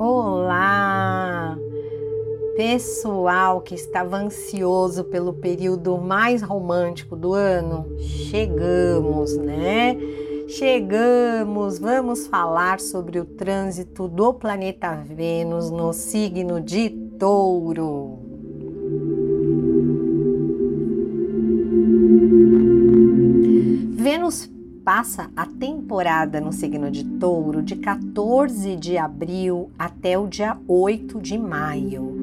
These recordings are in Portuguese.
Olá, pessoal que estava ansioso pelo período mais romântico do ano. Chegamos, né? Chegamos, vamos falar sobre o trânsito do planeta Vênus no signo de Touro. Vênus passa a temporada no signo de Touro de 14 de abril até o dia 8 de maio.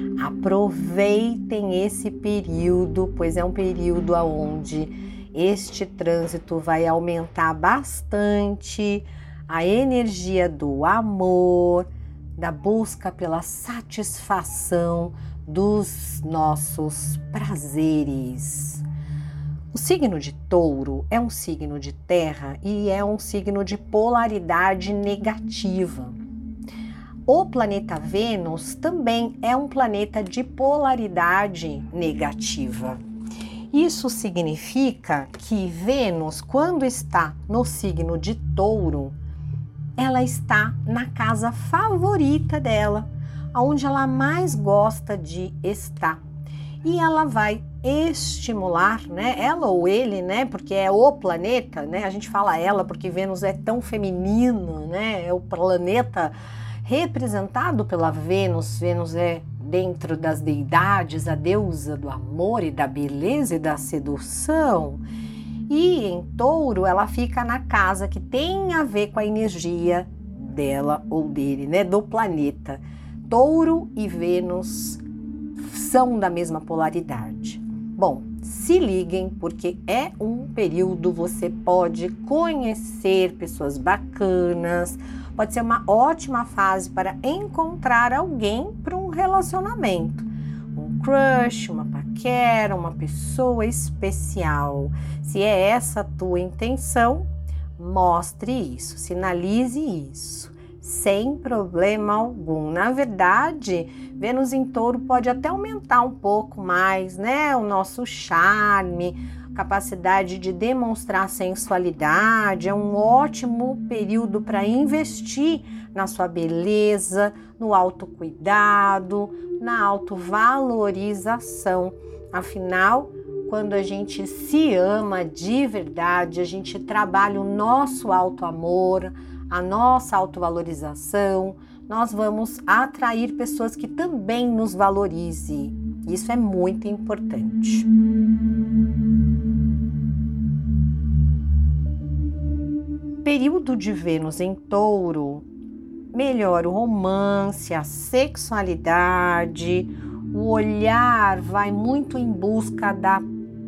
Aproveitem esse período, pois é um período onde este trânsito vai aumentar bastante a energia do amor, da busca pela satisfação dos nossos prazeres. O signo de Touro é um signo de terra e é um signo de polaridade negativa. O planeta Vênus também é um planeta de polaridade negativa. Isso significa que Vênus, quando está no signo de Touro, ela está na casa favorita dela, onde ela mais gosta de estar. E ela vai estimular, né? Ela ou ele, né? Porque é o planeta, né? A gente fala ela porque Vênus é tão feminino, né? É o planeta representado pela Vênus. Vênus é dentro das deidades, a deusa do amor e da beleza e da sedução. E em Touro ela fica na casa que tem a ver com a energia dela ou dele, né? Do planeta. Touro e Vênus são da mesma polaridade. Bom, se liguem porque é um período, você pode conhecer pessoas bacanas, pode ser uma ótima fase para encontrar alguém para um relacionamento. Um crush, uma paquera, uma pessoa especial. Se é essa a tua intenção, mostre isso, sinalize isso. Sem problema algum. Na verdade, Vênus em Touro pode até aumentar um pouco mais, né? O nosso charme, capacidade de demonstrar sensualidade. É um ótimo período para investir na sua beleza, no autocuidado, na autovalorização. Afinal, quando a gente se ama de verdade, a gente trabalha o nosso autoamor, a nossa autovalorização, nós vamos atrair pessoas que também nos valorizem. Isso é muito importante. Período de Vênus em Touro melhora o romance, a sexualidade, o olhar vai muito em busca da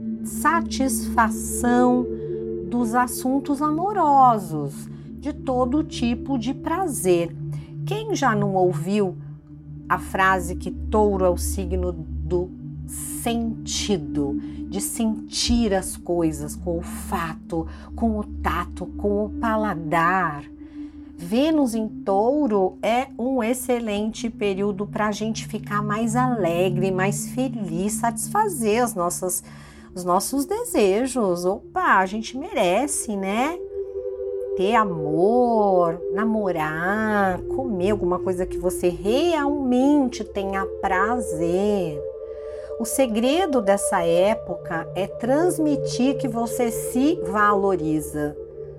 satisfação dos assuntos amorosos, de todo tipo de prazer. Quem já não ouviu a frase que Touro é o signo do sentido, de sentir as coisas com o olfato, com o tato, com o paladar? Vênus em Touro é um excelente período para a gente ficar mais alegre, mais feliz, satisfazer os nossos desejos. Opa, a gente merece, né? Ter amor, namorar, comer alguma coisa que você realmente tenha prazer. O segredo dessa época é transmitir que você se valoriza.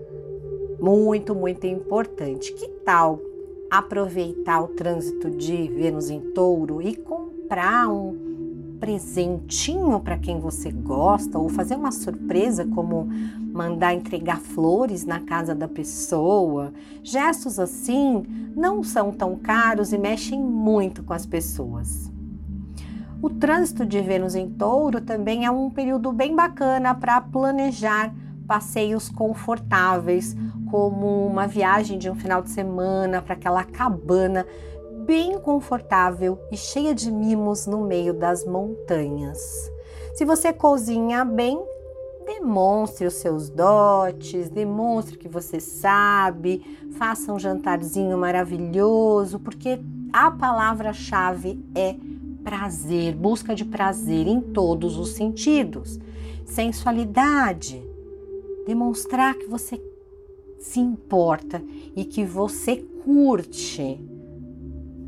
Muito, muito importante. Que tal aproveitar o trânsito de Vênus em Touro e comprar um presentinho para quem você gosta, ou fazer uma surpresa como mandar entregar flores na casa da pessoa? Gestos assim não são tão caros e mexem muito com as pessoas. O trânsito de Vênus em Touro também é um período bem bacana para planejar passeios confortáveis, como uma viagem de um final de semana para aquela cabana bem confortável e cheia de mimos no meio das montanhas. Se você cozinha bem, demonstre os seus dotes, demonstre que você sabe, faça um jantarzinho maravilhoso, porque a palavra-chave é prazer, busca de prazer em todos os sentidos. Sensualidade, demonstrar que você se importa e que você curte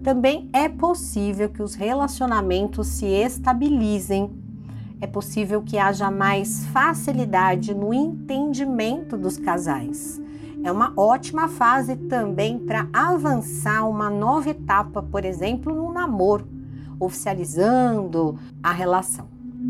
Também é possível que os relacionamentos se estabilizem. É possível que haja mais facilidade no entendimento dos casais. É uma ótima fase também para avançar uma nova etapa, por exemplo, no namoro, oficializando a relação.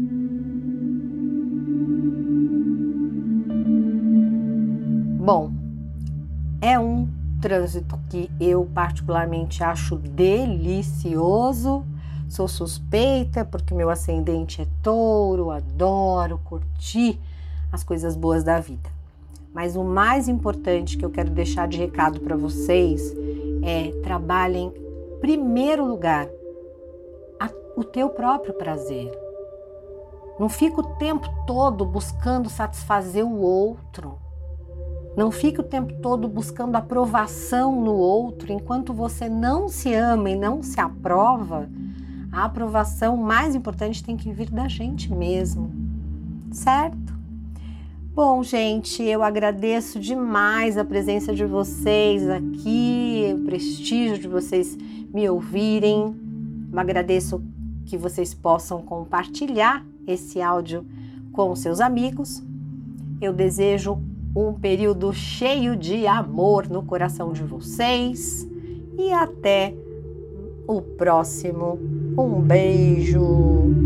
Bom, é um trânsito que eu particularmente acho delicioso. Sou suspeita porque meu ascendente é touro, adoro curtir as coisas boas da vida. Mas o mais importante que eu quero deixar de recado para vocês é: trabalhem, em primeiro lugar, o teu próprio prazer. Não fica o tempo todo buscando satisfazer o outro. Não fique o tempo todo buscando aprovação no outro. Enquanto você não se ama e não se aprova, a aprovação mais importante tem que vir da gente mesmo, certo? Bom, gente, eu agradeço demais a presença de vocês aqui, o prestígio de vocês me ouvirem. Eu agradeço que vocês possam compartilhar esse áudio com seus amigos. Eu desejo um período cheio de amor no coração de vocês e até o próximo. Um beijo!